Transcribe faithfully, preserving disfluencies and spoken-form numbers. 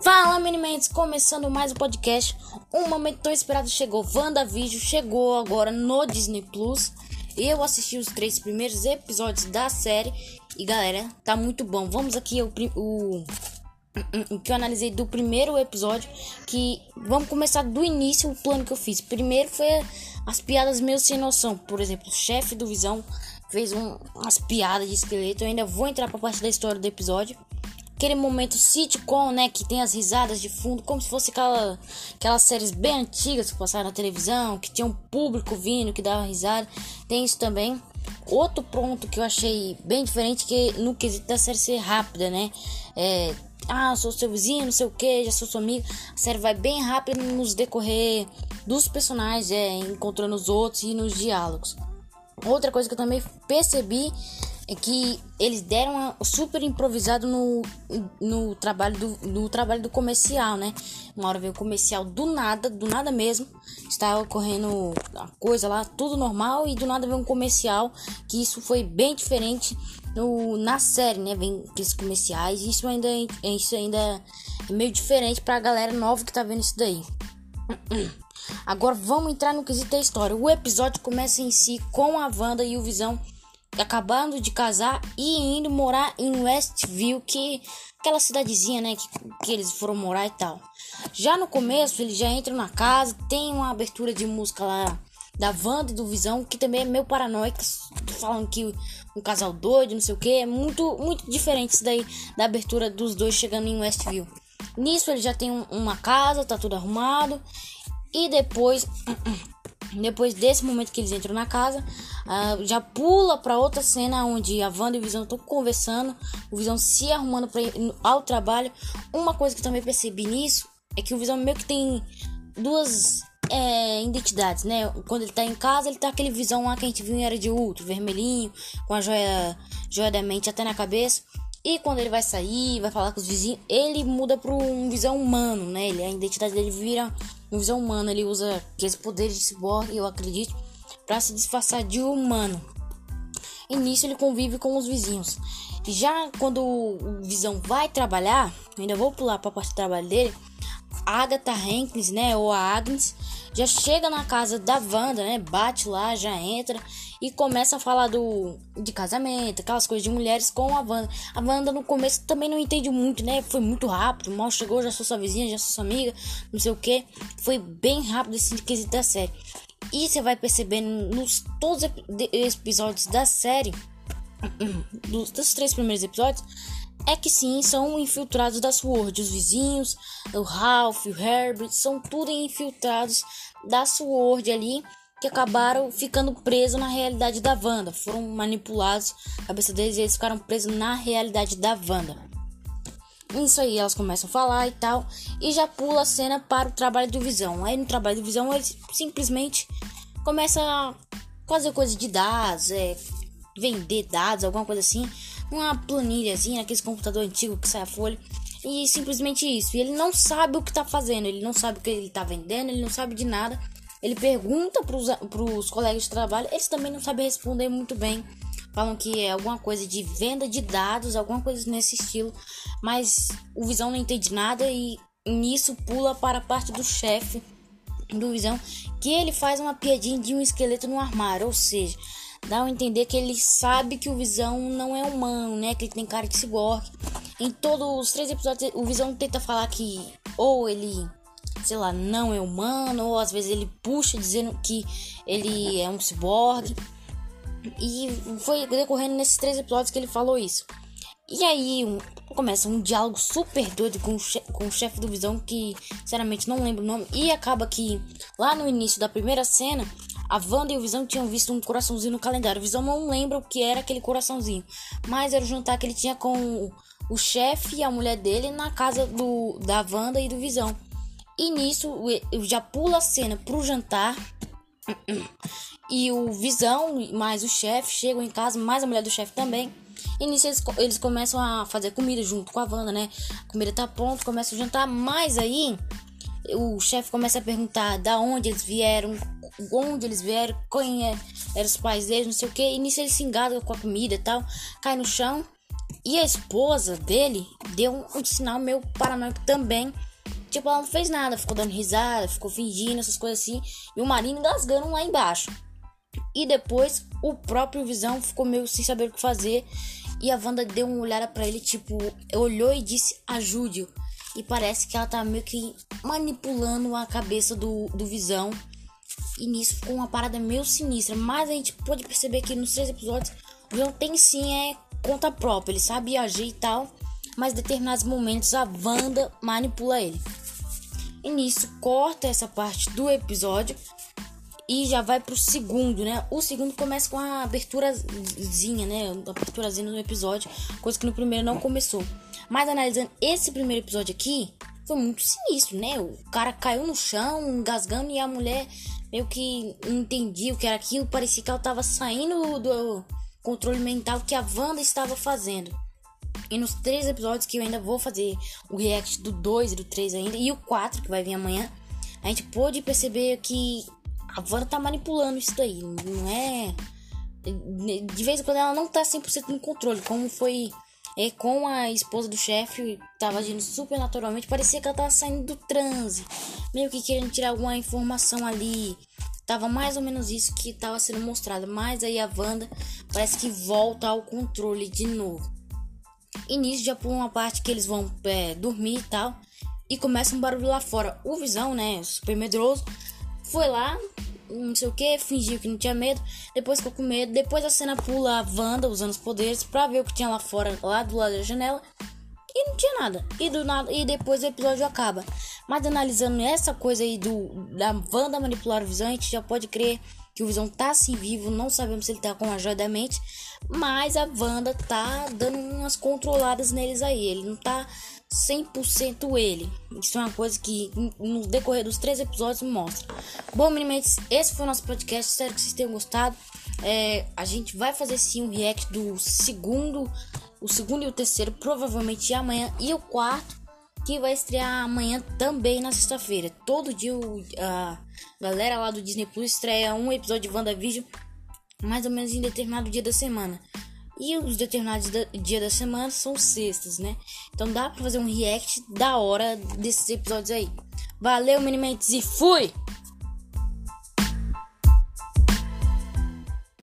Fala, Minimentes, começando mais um podcast. Um momento tão esperado chegou. WandaVision chegou agora no Disney Plus. Eu assisti os três primeiros episódios da série e, galera, tá muito bom. Vamos aqui o, o, o que eu analisei do primeiro episódio. Que vamos começar do início o plano que eu fiz. Primeiro foi as piadas meio sem noção. Por exemplo, o chefe do Visão fez um, umas piadas de esqueleto. Eu ainda vou entrar pra parte da história do episódio. Aquele momento sitcom, né, que tem as risadas de fundo, como se fosse aquela, aquelas séries bem antigas que passaram na televisão, que tinha um público vindo, que dava risada. Tem isso também. Outro ponto que eu achei bem diferente, que no quesito da série ser rápida, né, é, ah, sou seu vizinho, não sei o que, já sou sua amiga. A série vai bem rápida nos decorrer dos personagens, é, encontrando os outros e nos diálogos. Outra coisa que eu também percebi é que eles deram uma super improvisado no, no, trabalho do, no trabalho do comercial, né? Uma hora veio o comercial do nada, do nada mesmo. Estava ocorrendo a coisa lá, tudo normal, e do nada veio um comercial, que isso foi bem diferente no, na série, né? Vem aqueles comerciais, e isso ainda, isso ainda é meio diferente pra galera nova que tá vendo isso daí. Agora vamos entrar no quesito da história. O episódio começa em si com a Wanda e o Visão acabando de casar e indo morar em Westview, que aquela cidadezinha, né, que, que eles foram morar e tal. Já no começo, eles já entram na casa, tem uma abertura de música lá da Wanda e do Visão, que também é meio paranoica, falando que um casal doido, não sei o que, é muito, muito diferente isso daí, da abertura dos dois chegando em Westview. Nisso, eles já tem um, uma casa, tá tudo arrumado, e depois... Depois desse momento que eles entram na casa, uh, já pula pra outra cena onde a Wanda e o Visão estão conversando, o Visão se arrumando pra ir ao trabalho. Uma coisa que eu também percebi nisso é que o Visão meio que tem duas é, identidades, né? Quando ele tá em casa, ele tá aquele Visão lá que a gente viu em Era de Ultron, vermelhinho, com a joia, joia da mente até na cabeça. E quando ele vai sair, vai falar com os vizinhos, ele muda para um Visão humano, né? Ele, a identidade dele vira um Visão humano. Ele usa aqueles poderes de ciborgue, eu acredito, para se disfarçar de humano. E nisso ele convive com os vizinhos. Já quando o Visão vai trabalhar, ainda vou pular para a parte do trabalho dele, a Agatha Harkness, né? Ou a Agnes, já chega na casa da Wanda, né? Bate lá, já entra e começa a falar do, de casamento, aquelas coisas de mulheres com a Wanda. A Wanda no começo também não entende muito, né? Foi muito rápido, mal chegou, já sou sua vizinha, já sou sua amiga, não sei o que. Foi bem rápido esse quesito da série. E você vai percebendo nos todos os episódios da série, dos, dos três primeiros episódios, é que sim, são infiltrados da SWORD. Os vizinhos, o Ralph, o Herbert, são tudo infiltrados da SWORD ali, que acabaram ficando presos na realidade da Wanda. Foram manipulados, a cabeça deles, e eles ficaram presos na realidade da Wanda. Isso aí, elas começam a falar e tal, e já pula a cena para o trabalho do Visão. Aí no trabalho do Visão, eles simplesmente começam a fazer coisas de dados, é, vender dados, alguma coisa assim, uma planilhazinha, aqueles computador antigo que sai a folha, e simplesmente isso. E ele não sabe o que tá fazendo, ele não sabe o que ele tá vendendo, ele não sabe de nada. Ele pergunta pros, pros colegas de trabalho, eles também não sabem responder muito bem. Falam que é alguma coisa de venda de dados, alguma coisa nesse estilo, mas o Visão não entende nada e nisso pula para a parte do chefe do Visão, que ele faz uma piadinha de um esqueleto no armário, ou seja, dá a entender que ele sabe que o Visão não é humano, né? Que ele tem cara de ciborgue. Em todos os três episódios, o Visão tenta falar que ou ele, sei lá, não é humano, ou às vezes ele puxa dizendo que ele é um ciborgue. E foi decorrendo nesses três episódios que ele falou isso. E aí um, começa um diálogo super doido com o, chefe, com o chefe do Visão, que sinceramente não lembro o nome. E acaba que lá no início da primeira cena, a Wanda e o Visão tinham visto um coraçãozinho no calendário. O Visão não lembra o que era aquele coraçãozinho, mas era o jantar que ele tinha com o, o chefe e a mulher dele na casa do, da Wanda e do Visão. E nisso já pula a cena pro jantar. E o Visão mais o chefe chegam em casa, mais a mulher do chefe também. E nisso eles, eles começam a fazer comida junto com a Wanda, né? A comida tá pronta, começa a jantar. Mas aí o chefe começa a perguntar da onde eles vieram, onde eles vieram, quem é, eram os pais deles, não sei o que. E nisso eles se engasgam com a comida e tal, cai no chão. E a esposa dele deu um, um sinal meio paranoico também. Tipo, ela não fez nada, ficou dando risada, ficou fingindo, essas coisas assim. E o marido engasgando lá embaixo. E depois o próprio Visão ficou meio sem saber o que fazer. E a Wanda deu uma olhada pra ele, tipo, olhou e disse, ajude-o. E parece que ela tá meio que manipulando a cabeça do, do Visão. E nisso ficou uma parada meio sinistra. Mas a gente pode perceber que nos três episódios o Visão tem sim é conta própria. Ele sabe agir e tal. Mas em determinados momentos a Wanda manipula ele. E nisso corta essa parte do episódio. E já vai pro segundo, né? O segundo começa com a aberturazinha, né? A aberturazinha no episódio. Coisa que no primeiro não começou. Mas analisando esse primeiro episódio aqui, foi muito sinistro, né? O cara caiu no chão, engasgando, e a mulher meio que não entendia o que era aquilo. Parecia que ela tava saindo do controle mental que a Wanda estava fazendo. E nos três episódios que eu ainda vou fazer o react do dois e do três ainda, e o quatro que vai vir amanhã, a gente pôde perceber que a Wanda tá manipulando isso daí. Não é... De vez em quando ela não tá cem por cento no controle, como foi é, com a esposa do chefe, tava agindo super naturalmente. Parecia que ela tava saindo do transe, meio que querendo tirar alguma informação ali. Tava mais ou menos isso que tava sendo mostrado. Mas aí a Wanda parece que volta ao controle de novo. E nisso já por uma parte que eles vão é, dormir e tal. E começa um barulho lá fora. O Visão, né, super medroso, foi lá, não sei o que, fingiu que não tinha medo. Depois ficou com medo. Depois a cena pula a Wanda usando os poderes pra ver o que tinha lá fora, lá do lado da janela. E não tinha nada. E do nada, e depois o episódio acaba. Mas analisando essa coisa aí do da Wanda manipular o Visão, a gente já pode crer que o Visão tá assim vivo. Não sabemos se ele tá com a joia da mente, mas a Wanda tá dando umas controladas neles aí. Ele não tá cem por cento ele. Isso é uma coisa que no decorrer dos três episódios mostra. Bom, meninos, esse foi o nosso podcast. Espero que vocês tenham gostado. É, a gente vai fazer sim um react do segundo, o segundo e o terceiro, provavelmente amanhã, e o quarto, que vai estrear amanhã também na sexta-feira. Todo dia o, a galera lá do Disney Plus estreia um episódio de WandaVision, mais ou menos em determinado dia da semana. E os determinados da, dia da semana são sextas, né? Então dá pra fazer um react da hora desses episódios aí. Valeu, Minimentes, e fui!